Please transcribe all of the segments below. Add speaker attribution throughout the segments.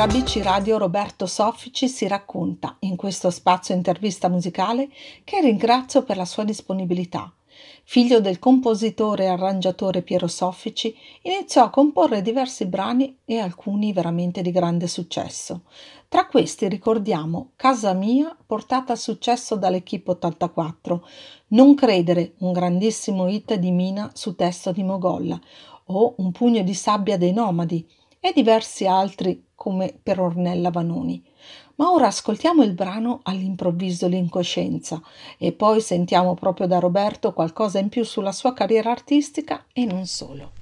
Speaker 1: per ABC Radio Roberto Soffici si racconta in questo spazio intervista musicale che ringrazio per la sua disponibilità. Figlio del compositore e arrangiatore Piero Soffici, iniziò a comporre diversi brani e alcuni veramente di grande successo. Tra questi ricordiamo Casa Mia, portata a successo dall'Equipe 84, Non credere, un grandissimo hit di Mina su testo di Mogolla, o Un pugno di sabbia dei Nomadi, e diversi altri come per Ornella Vanoni. Ma ora ascoltiamo il brano All'improvviso l'incoscienza e poi sentiamo proprio da Roberto qualcosa in più sulla sua carriera artistica e non solo.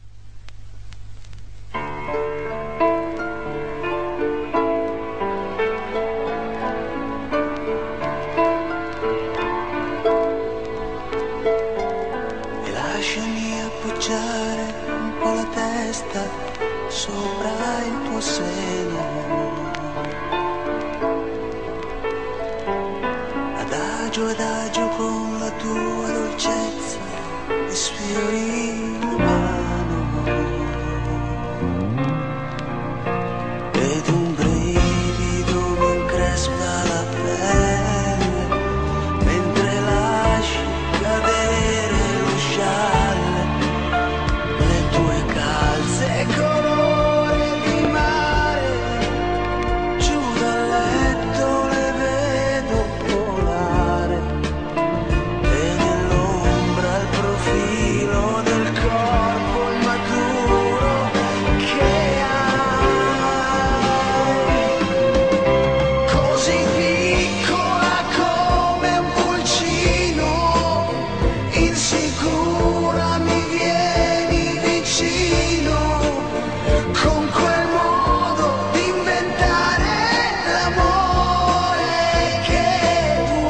Speaker 2: E lasciami appoggiare un po' la testa sopra il tuo seno, adagio con la tua dolcezza, respiro in mano ed un brivido mi increspa la pelle mentre lasci cadere lo scialle, le tue calze colore di mare, giù dal letto le vedo volare e nell'ombra il profilo del corpo immaturo che hai, così piccola come un pulcino, insicura mi vieni vicino, con quel modo di inventare l'amore che tu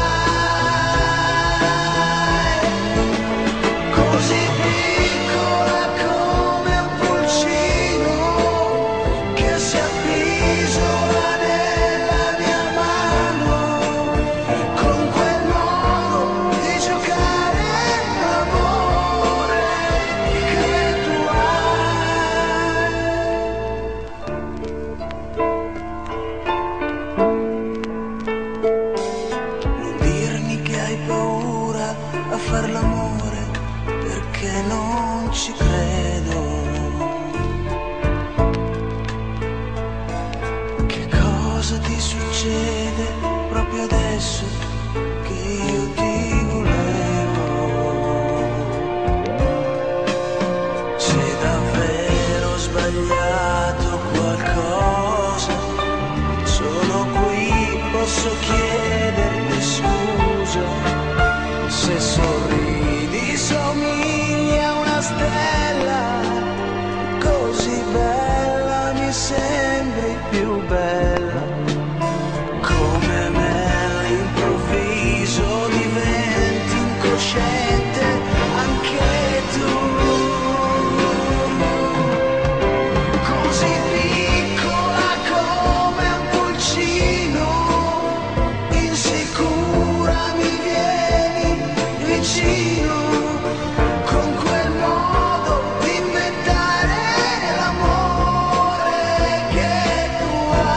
Speaker 2: hai, così piccola come un pulcino che si appisola nella mia mano, con quel modo di giocare l'amore che tu hai. Non dirmi che hai paura a far l'amore, perché non ci credo. Che cosa ti succede proprio adesso che io ti volevo? Se davvero sbagliato qualcosa, sono qui, posso chiederti scusa. Se sorridi somigli a una stella, così bella mi sembri più bella, come me all'improvviso diventi incosciente anche tu, così piccola come un pulcino, insicura mi vieni vicino, con quel modo di inventare l'amore che tu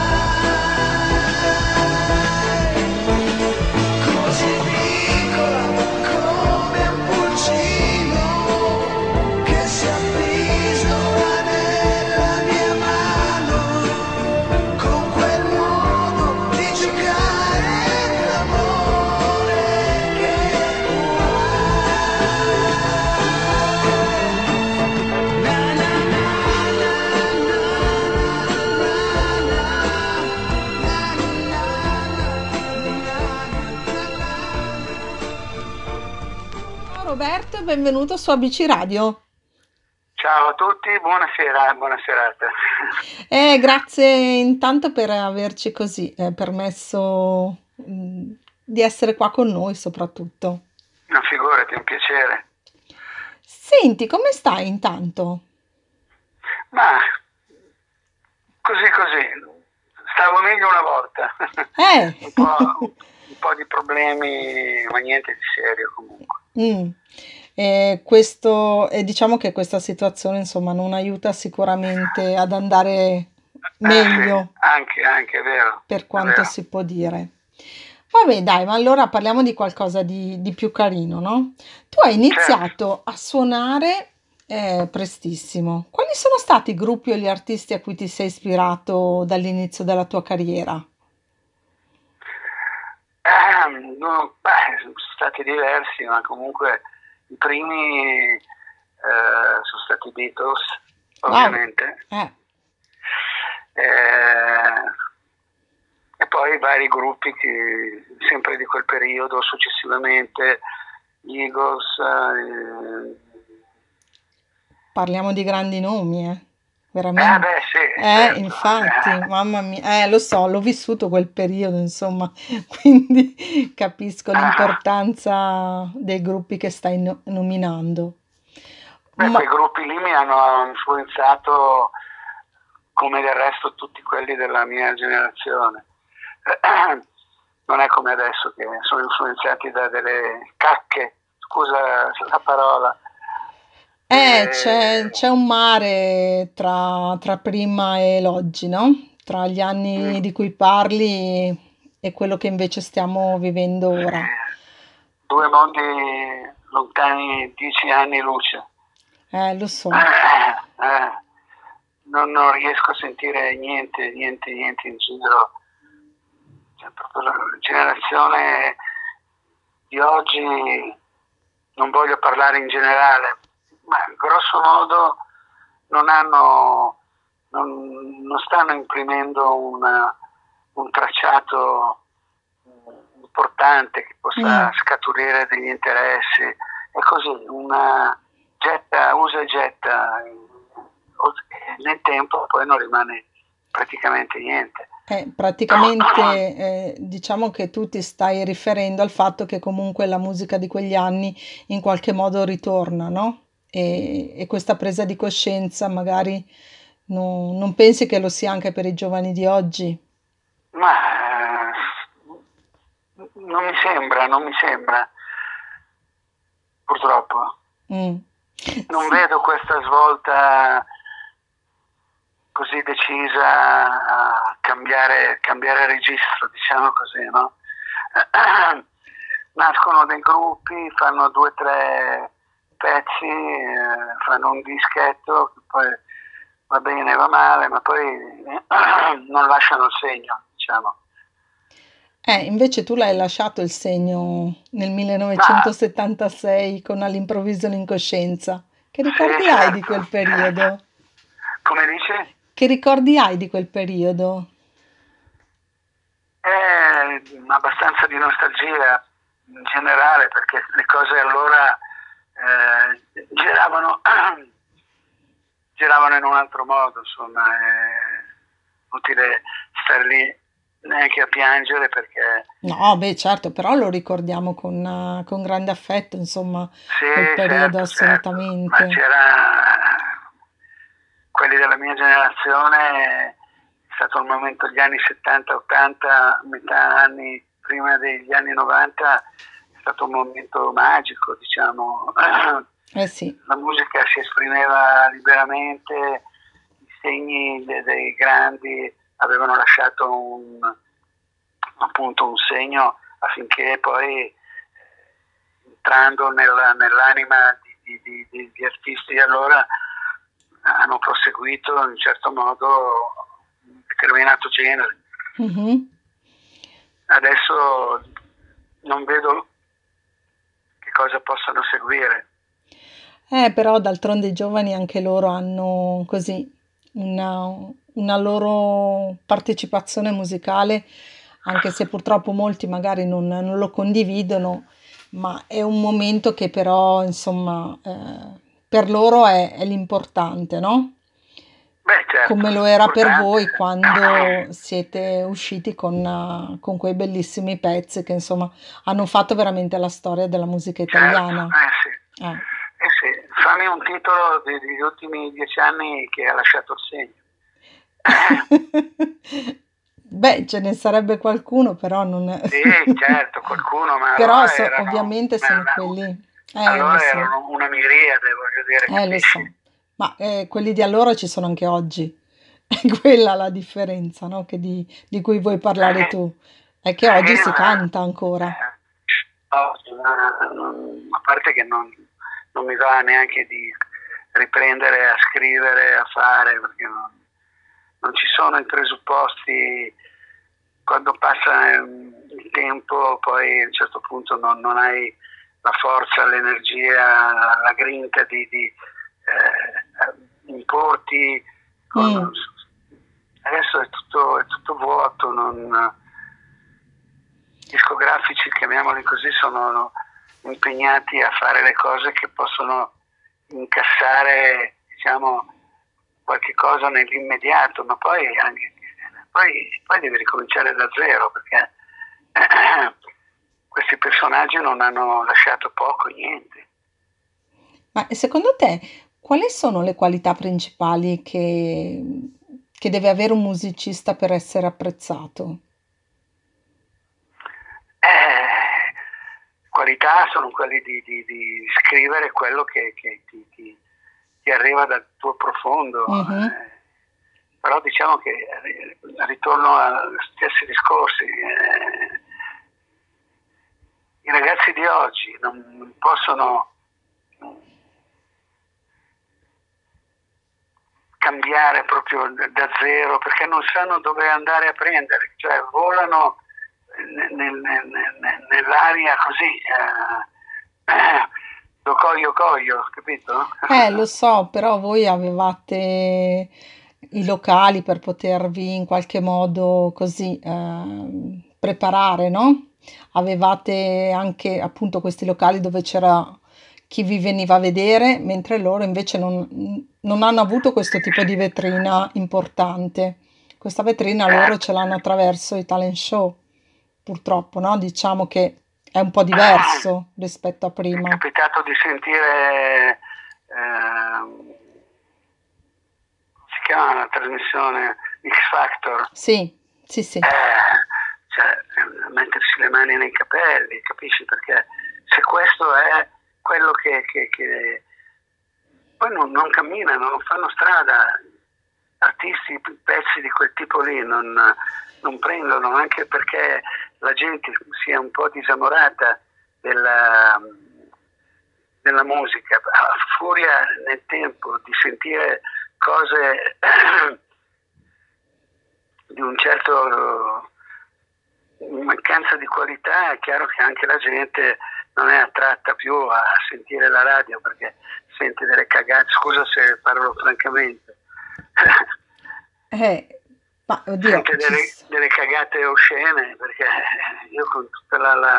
Speaker 2: hai, così piccola come un pulcino che si appisola nella mia mano, con quel modo di giocare l'amore che tu hai. Na na
Speaker 1: Ciao Roberto e benvenuto su ABC Radio.
Speaker 3: Ciao a tutti, buonasera, buona serata.
Speaker 1: Grazie intanto per averci così permesso di essere qua con noi soprattutto.
Speaker 3: No, figurati, è un piacere.
Speaker 1: Senti, come stai intanto?
Speaker 3: Ma così, stavo meglio una volta. Un po' di problemi, ma niente di serio comunque.
Speaker 1: Diciamo che questa situazione insomma non aiuta sicuramente ad andare meglio,
Speaker 3: sì, anche, è vero,
Speaker 1: per
Speaker 3: è
Speaker 1: quanto
Speaker 3: vero.
Speaker 1: si può dire. Vabbè, dai, ma allora parliamo di qualcosa di più carino, no? Tu hai
Speaker 3: Certo.
Speaker 1: iniziato a suonare prestissimo. Quali sono stati i gruppi o gli artisti a cui ti sei ispirato dall'inizio della tua carriera?
Speaker 3: No, beh, sono stati diversi, ma comunque i primi sono stati i Beatles,
Speaker 1: Wow,
Speaker 3: ovviamente.
Speaker 1: eh,
Speaker 3: Eh, e poi vari gruppi sempre di quel periodo, successivamente gli Eagles,
Speaker 1: parliamo di grandi nomi, veramente.
Speaker 3: beh sì, certo.
Speaker 1: Infatti, mamma mia, lo so, l'ho vissuto quel periodo, insomma, quindi capisco l'importanza dei gruppi che stai nominando.
Speaker 3: Beh,
Speaker 1: Ma
Speaker 3: quei gruppi lì mi hanno influenzato come del resto tutti quelli della mia generazione. Non è come adesso che sono influenzati da delle cacche, scusa la parola.
Speaker 1: c'è un mare tra prima e l'oggi, no? Tra gli anni
Speaker 3: Mm,
Speaker 1: di cui parli e quello che invece stiamo vivendo
Speaker 3: sì,
Speaker 1: ora.
Speaker 3: due mondi lontani 10 anni luce.
Speaker 1: Lo so.
Speaker 3: Non riesco a sentire niente in giro. Cioè, proprio la generazione di oggi, non voglio parlare in generale, ma grosso modo non hanno, non stanno imprimendo un tracciato importante che possa
Speaker 1: Mm.
Speaker 3: scaturire degli interessi. È così, usa e getta, nel tempo poi non rimane praticamente niente.
Speaker 1: Praticamente diciamo che tu ti stai riferendo al fatto che comunque la musica di quegli anni in qualche modo ritorna, no? E questa presa di coscienza magari non pensi che lo sia anche per i giovani di oggi?
Speaker 3: Ma non mi sembra, purtroppo.
Speaker 1: Mm.
Speaker 3: Non
Speaker 1: Sì.
Speaker 3: vedo questa svolta così decisa a cambiare registro, diciamo così, no? Nascono dei gruppi, fanno 2 o 3 pezzi, fanno un dischetto, che poi va bene, va male, ma poi non lasciano il segno, diciamo.
Speaker 1: Invece tu l'hai lasciato il segno nel
Speaker 3: Ma
Speaker 1: 1976 con All'improvviso l'incoscienza. Che
Speaker 3: sì,
Speaker 1: ricordi hai di
Speaker 3: certo.
Speaker 1: quel periodo?
Speaker 3: Come dice?
Speaker 1: Che ricordi hai di quel periodo?
Speaker 3: È abbastanza di nostalgia in generale perché le cose allora giravano, giravano in un altro modo, insomma, è inutile stare lì neanche a piangere perché
Speaker 1: No, beh, certo, però lo ricordiamo con grande affetto, insomma, quel
Speaker 3: sì,
Speaker 1: periodo
Speaker 3: certo, ma
Speaker 1: assolutamente.
Speaker 3: c'era quelli della mia generazione, è stato il momento degli anni 70-80, metà anni prima degli anni 90, è stato un momento magico, diciamo.
Speaker 1: Eh sì,
Speaker 3: La musica si esprimeva liberamente, i segni dei grandi avevano lasciato appunto un segno affinché poi entrando nell'anima di artisti di allora hanno proseguito in un certo modo un determinato genere.
Speaker 1: mhm.
Speaker 3: Adesso non vedo che cosa possano seguire.
Speaker 1: Però d'altronde i giovani anche loro hanno così una, una loro partecipazione musicale, anche se purtroppo molti magari non lo condividono, ma è un momento che però, insomma, per loro è l'importante, no?
Speaker 3: Beh, certo,
Speaker 1: Come lo era per
Speaker 3: importante.
Speaker 1: voi quando siete usciti con quei bellissimi pezzi che, insomma, hanno fatto veramente la storia della musica
Speaker 3: Certo,
Speaker 1: italiana.
Speaker 3: sì.
Speaker 1: Eh.
Speaker 3: Sì. Fammi un titolo degli ultimi 10 anni che ha lasciato il segno.
Speaker 1: Beh, ce ne sarebbe qualcuno, però non è...
Speaker 3: Sì, certo, qualcuno, ma
Speaker 1: Però
Speaker 3: allora erano
Speaker 1: ovviamente sono quelli... Lo
Speaker 3: allora
Speaker 1: so,
Speaker 3: erano una miriade, voglio dire,
Speaker 1: lo
Speaker 3: capisci?
Speaker 1: so. Ma quelli di allora ci sono anche oggi. È quella la differenza, no? Di cui vuoi parlare
Speaker 3: Perché,
Speaker 1: tu. È che oggi si
Speaker 3: ma,
Speaker 1: canta ancora.
Speaker 3: a parte che non mi va neanche di riprendere a scrivere, a fare, perché non ci sono i presupposti. Quando passa il tempo, poi a un certo punto non hai la forza, l'energia, la grinta di importi.
Speaker 1: Mm.
Speaker 3: Adesso è tutto vuoto, discografici, chiamiamoli così, sono impegnati a fare le cose che possono incassare, diciamo, qualche cosa nell'immediato, ma poi devi ricominciare da zero, perché questi personaggi non hanno lasciato poco, niente.
Speaker 1: Ma secondo te quali sono le qualità principali che deve avere un musicista per essere apprezzato?
Speaker 3: Qualità sono quelli di scrivere quello che ti arriva dal tuo profondo.
Speaker 1: Mhm.
Speaker 3: Però diciamo che ritorno agli stessi discorsi. I ragazzi di oggi non possono cambiare proprio da zero perché non sanno dove andare a prendere, cioè volano nell'aria così, lo coglio, capito?
Speaker 1: Lo so, però voi avevate i locali per potervi in qualche modo così preparare, no? Avevate anche appunto questi locali dove c'era chi vi veniva a vedere, mentre loro invece non hanno avuto questo tipo di vetrina importante. Questa vetrina loro ce
Speaker 3: Certo.
Speaker 1: l'hanno attraverso i talent show, purtroppo, no? Diciamo che è un po' diverso rispetto a
Speaker 3: Mi è
Speaker 1: prima.
Speaker 3: capitato di sentire, come si chiama la trasmissione X Factor,
Speaker 1: Sì, sì, sì.
Speaker 3: cioè, mettersi le mani nei capelli, capisci? Perché se questo è quello che poi non camminano, non fanno strada, artisti, pezzi di quel tipo lì non prendono, anche perché la gente sia un po' disamorata della musica, a furia nel tempo di sentire cose di un certo mancanza di qualità, è chiaro che anche la gente non è attratta più a sentire la radio perché sente delle cagate, scusa se parlo francamente,
Speaker 1: Eh, ma oddio,
Speaker 3: sente delle cagate oscene perché io con tutto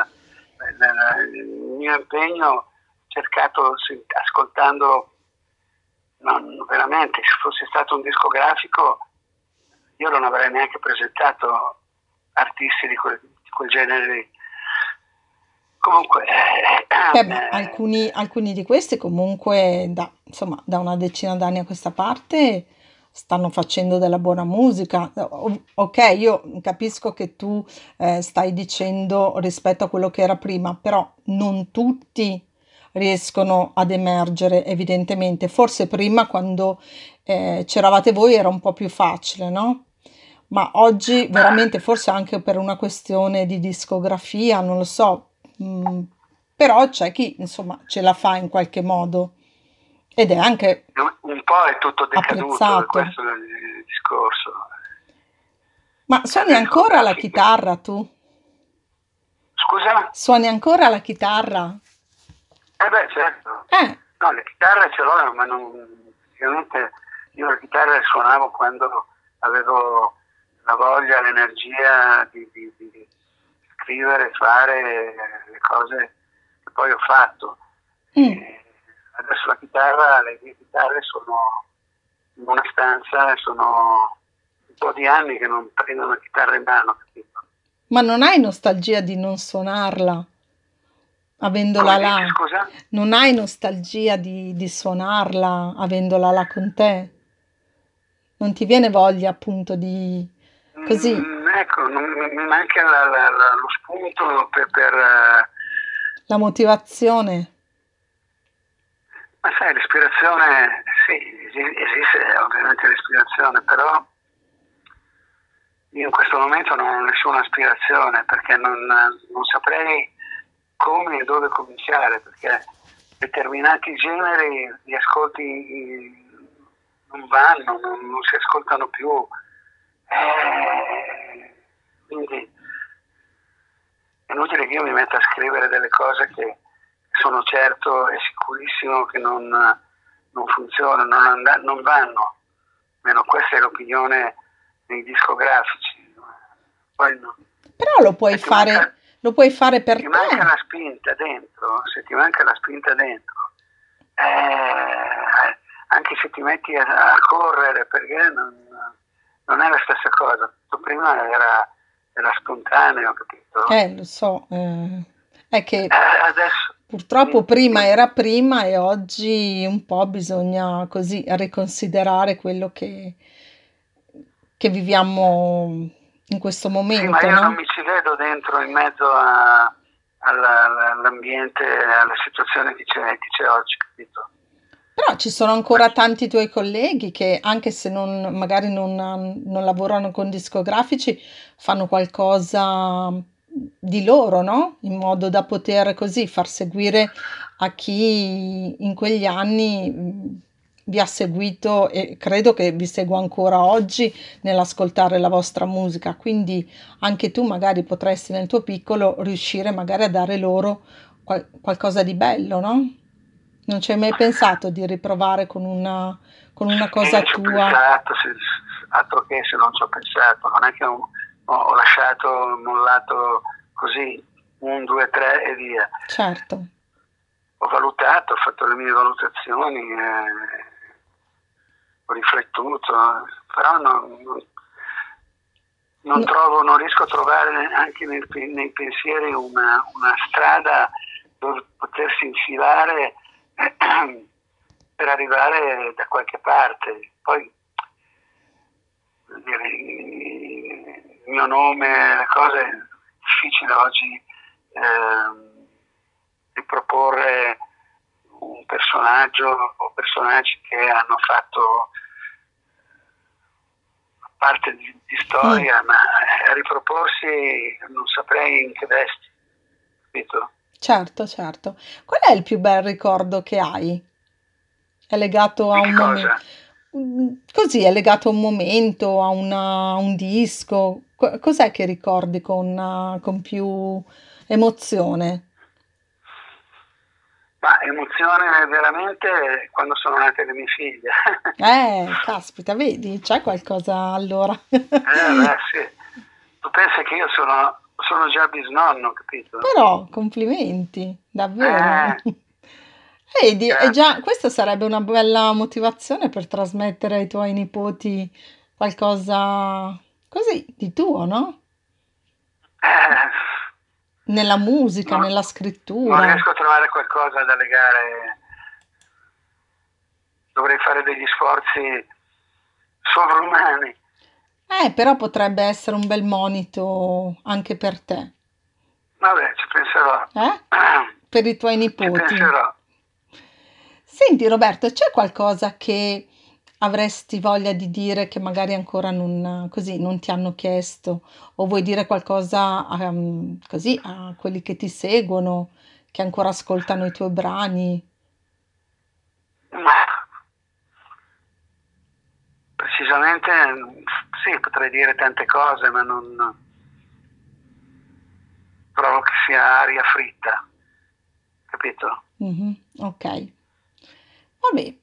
Speaker 3: il mio impegno ho cercato, ascoltando, veramente, se fosse stato un discografico io non avrei neanche presentato artisti di quel genere lì. Comunque,
Speaker 1: beh, ma alcuni di questi comunque insomma, da una decina d'anni a questa parte stanno facendo della buona musica. Ok, io capisco che tu stai dicendo rispetto a quello che era prima, però non tutti riescono ad emergere, evidentemente. Forse prima, quando c'eravate voi, era un po' più facile, no? Ma oggi veramente, forse anche per una questione di discografia, non lo so, però c'è chi insomma ce la fa in qualche modo ed è anche
Speaker 3: un po' è tutto decaduto, e
Speaker 1: apprezzato.
Speaker 3: questo è il discorso.
Speaker 1: Ma suoni
Speaker 3: Le
Speaker 1: ancora la
Speaker 3: discografiche.
Speaker 1: chitarra tu?
Speaker 3: Scusa?
Speaker 1: Suoni ancora la chitarra?
Speaker 3: Beh, certo.
Speaker 1: Eh,
Speaker 3: No, le chitarre ce l'ho, ma praticamente io la chitarra le suonavo quando avevo la voglia, l'energia di scrivere, fare le cose che poi ho fatto.
Speaker 1: mm.
Speaker 3: E adesso le mie chitarre sono in una stanza e sono un po' di anni che non prendo una chitarra in mano, capito?
Speaker 1: Ma non hai nostalgia di non suonarla, avendola
Speaker 3: Come dici,
Speaker 1: là?
Speaker 3: scusa?
Speaker 1: Non hai nostalgia di suonarla, avendola là con te? Non ti viene voglia appunto di così,
Speaker 3: Ecco, mi manca lo spunto per
Speaker 1: la motivazione?
Speaker 3: ma sai, l'ispirazione, sì, esiste ovviamente l'ispirazione, però io in questo momento non ho nessuna aspirazione perché non saprei come e dove cominciare, perché determinati generi li ascolti non vanno, non si ascoltano più. Quindi è inutile che io mi metta a scrivere delle cose che sono certo e sicurissimo che non funzionano, non vanno. Almeno questa è l'opinione dei discografici. Poi no.
Speaker 1: Però lo puoi fare per
Speaker 3: ti manca
Speaker 1: te.
Speaker 3: la spinta dentro, se ti manca la spinta dentro, anche se ti metti a correre, perché non è la stessa cosa. Prima era spontaneo, capito?
Speaker 1: Lo so, è che
Speaker 3: Adesso
Speaker 1: purtroppo prima era prima e oggi un po' bisogna così riconsiderare quello che viviamo in questo
Speaker 3: sì, ma
Speaker 1: momento,
Speaker 3: io non
Speaker 1: no?
Speaker 3: mi ci vedo dentro in mezzo all'ambiente, alla situazione che c'è oggi, capito?
Speaker 1: Però ci sono ancora tanti tuoi colleghi che, anche se magari non lavorano con discografici, fanno qualcosa di loro, no? In modo da poter così far seguire a chi in quegli anni vi ha seguito e credo che vi segua ancora oggi nell'ascoltare la vostra musica. Quindi anche tu magari potresti nel tuo piccolo riuscire magari a dare loro qualcosa di bello, no? Non ci hai mai pensato di riprovare con una cosa
Speaker 3: Ci ho
Speaker 1: tua?
Speaker 3: pensato, altro che se non ci ho pensato, non è che ho lasciato, mollato così, 1, 2, 3 e via.
Speaker 1: Certo.
Speaker 3: Ho valutato, ho fatto le mie valutazioni, ho riflettuto, però
Speaker 1: No,
Speaker 3: non riesco a trovare anche nei pensieri una strada dove potersi infilare per arrivare da qualche parte. Poi dire, il mio nome, le cose, è difficile oggi riproporre un personaggio o personaggi che hanno fatto parte di storia, ma riproporsi non saprei in che vesti, capito?
Speaker 1: certo, certo. Qual è il più bel ricordo che hai? È legato a
Speaker 3: Di
Speaker 1: un
Speaker 3: che
Speaker 1: momento,
Speaker 3: cosa?
Speaker 1: così, è legato a un momento, a un disco. Cos'è che ricordi con più emozione?
Speaker 3: Ma emozione veramente quando sono nate le mie figlie.
Speaker 1: Caspita, vedi, c'è qualcosa allora.
Speaker 3: Beh, sì. Tu pensi che io sono già bisnonno, capito?
Speaker 1: Però complimenti, davvero.
Speaker 3: Eh,
Speaker 1: Vedi, è già,
Speaker 3: grazie.
Speaker 1: questa sarebbe una bella motivazione per trasmettere ai tuoi nipoti qualcosa così di tuo, no?
Speaker 3: Eh,
Speaker 1: Nella musica,
Speaker 3: non,
Speaker 1: nella
Speaker 3: non
Speaker 1: scrittura.
Speaker 3: riesco a trovare qualcosa da legare. Dovrei fare degli sforzi sovrumani.
Speaker 1: Però potrebbe essere un bel monito anche per te,
Speaker 3: Vabbè, ci penserò.
Speaker 1: eh? Per i tuoi
Speaker 3: Ci
Speaker 1: nipoti.
Speaker 3: penserò.
Speaker 1: Senti Roberto, c'è qualcosa che avresti voglia di dire che magari ancora non, così, non ti hanno chiesto? O vuoi dire qualcosa così a quelli che ti seguono, che ancora ascoltano i tuoi brani?
Speaker 3: Ma precisamente sì, potrei dire tante cose, ma non trovo che sia aria fritta, capito?
Speaker 1: Mhm, ok. Vabbè,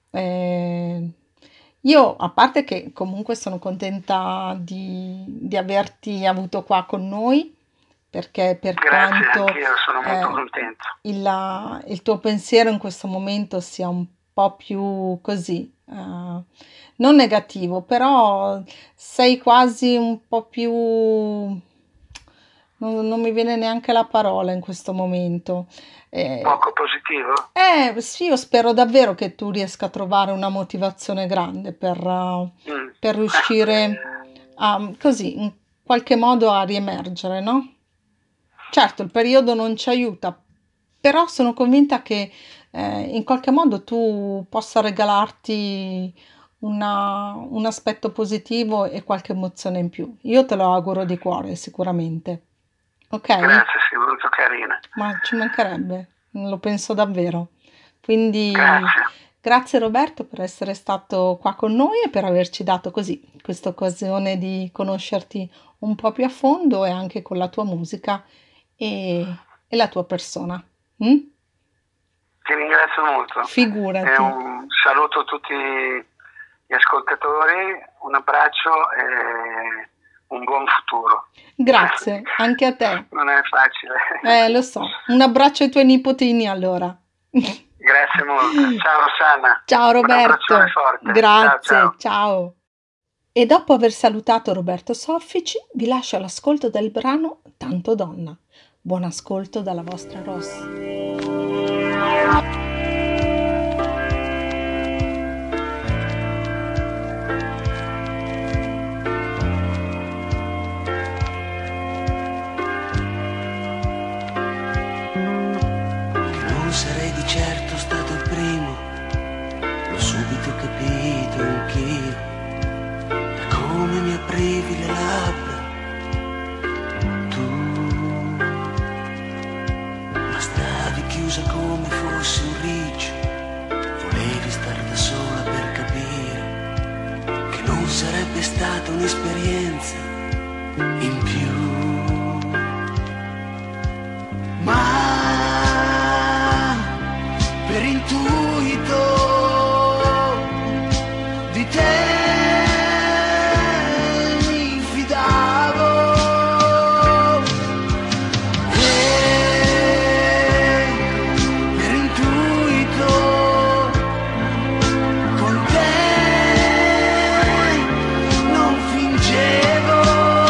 Speaker 1: io a parte che comunque sono contenta di averti avuto qua con noi, perché per
Speaker 3: Grazie,
Speaker 1: quanto
Speaker 3: anch'io sono molto
Speaker 1: eh,
Speaker 3: contento.
Speaker 1: il tuo pensiero in questo momento sia un po' più così, non negativo, però sei quasi un po' più, non mi viene neanche la parola in questo momento. Eh,
Speaker 3: Poco positivo?
Speaker 1: sì, io spero davvero che tu riesca a trovare una motivazione grande
Speaker 3: Mm.
Speaker 1: per riuscire a, così, in qualche modo a riemergere, no? Certo, il periodo non ci aiuta, però sono convinta che in qualche modo tu possa regalarti un aspetto positivo e qualche emozione in più. Io te lo auguro di cuore, sicuramente. Ok?
Speaker 3: Grazie, sei molto carina.
Speaker 1: Ma ci mancherebbe, lo penso davvero. Quindi
Speaker 3: Grazie.
Speaker 1: grazie Roberto per essere stato qua con noi e per averci dato così questa occasione di conoscerti un po' più a fondo e anche con la tua musica e la tua persona. Mm?
Speaker 3: Ti ringrazio molto.
Speaker 1: Figurati.
Speaker 3: E un saluto a tutti gli ascoltatori, un abbraccio e un buon futuro.
Speaker 1: Grazie, anche a te.
Speaker 3: Non è facile.
Speaker 1: Lo so. Un abbraccio ai tuoi nipotini allora.
Speaker 3: Grazie molto. Ciao Rossana.
Speaker 1: Ciao
Speaker 3: Un
Speaker 1: Roberto.
Speaker 3: abbraccione forte.
Speaker 1: Grazie,
Speaker 3: Ciao, ciao.
Speaker 1: ciao. E dopo aver salutato Roberto Soffici, vi lascio all'ascolto del brano Tanto Donna. Buon ascolto dalla vostra Ross.
Speaker 2: Non sarei di certo stato il primo, l'ho subito capito anch'io, da come mi aprivi le labbra, tu, ma stavi chiusa come fossi un riccio, volevi star da sola per capire che non sarebbe stata un'esperienza in più. Ma per intuito di te mi fidavo e per intuito con te non fingevo.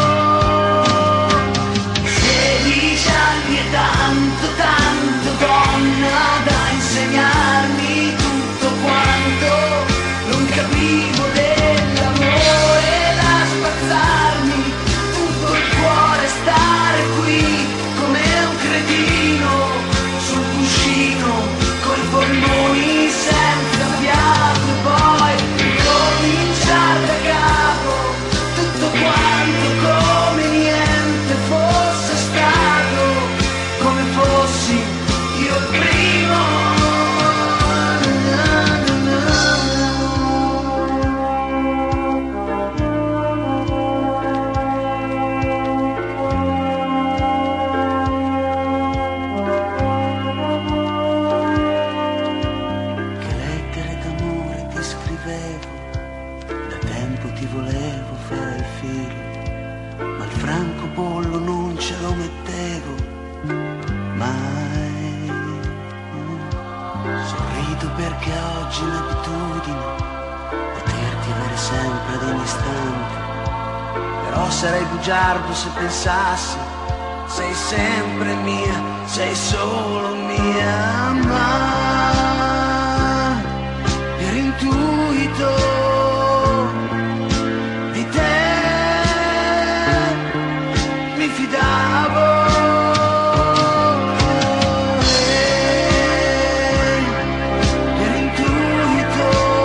Speaker 2: 16 anni e tanto, tanto donna da insegnarmi tutto quanto non capivo dell'amore, da spazzarmi tutto il cuore, stare qui come un cretino sul cuscino coi polmoni senza fiato e poi cominciare da capo tutto quanto come niente fosse stato, come fossi io il primo. Che lettere d'amore ti scrivevo, da tempo ti volevo fare il filo, ma il francobollo non ce lo mettevo mai. Sorrido perché oggi è un'abitudine poterti avere sempre ad ogni istante, però sarei bugiardo se pensassi sei sempre mia, sei solo mia. Ma per intuito di te mi fidavo e per intuito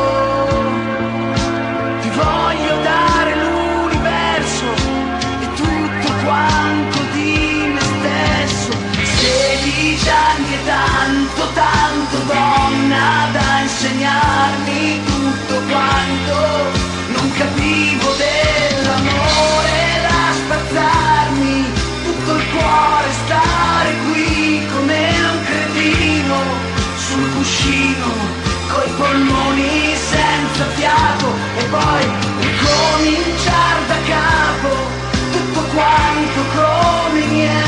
Speaker 2: ti voglio dare l'universo e tutto quanto di me stesso. 16 anni e tanto, tanto donna da insegnarmi tutto quanto non capivo dell'amore, da spazzarmi tutto il cuore, stare qui come un cretino sul cuscino coi polmoni senza fiato e poi ricominciare da capo tutto quanto come niente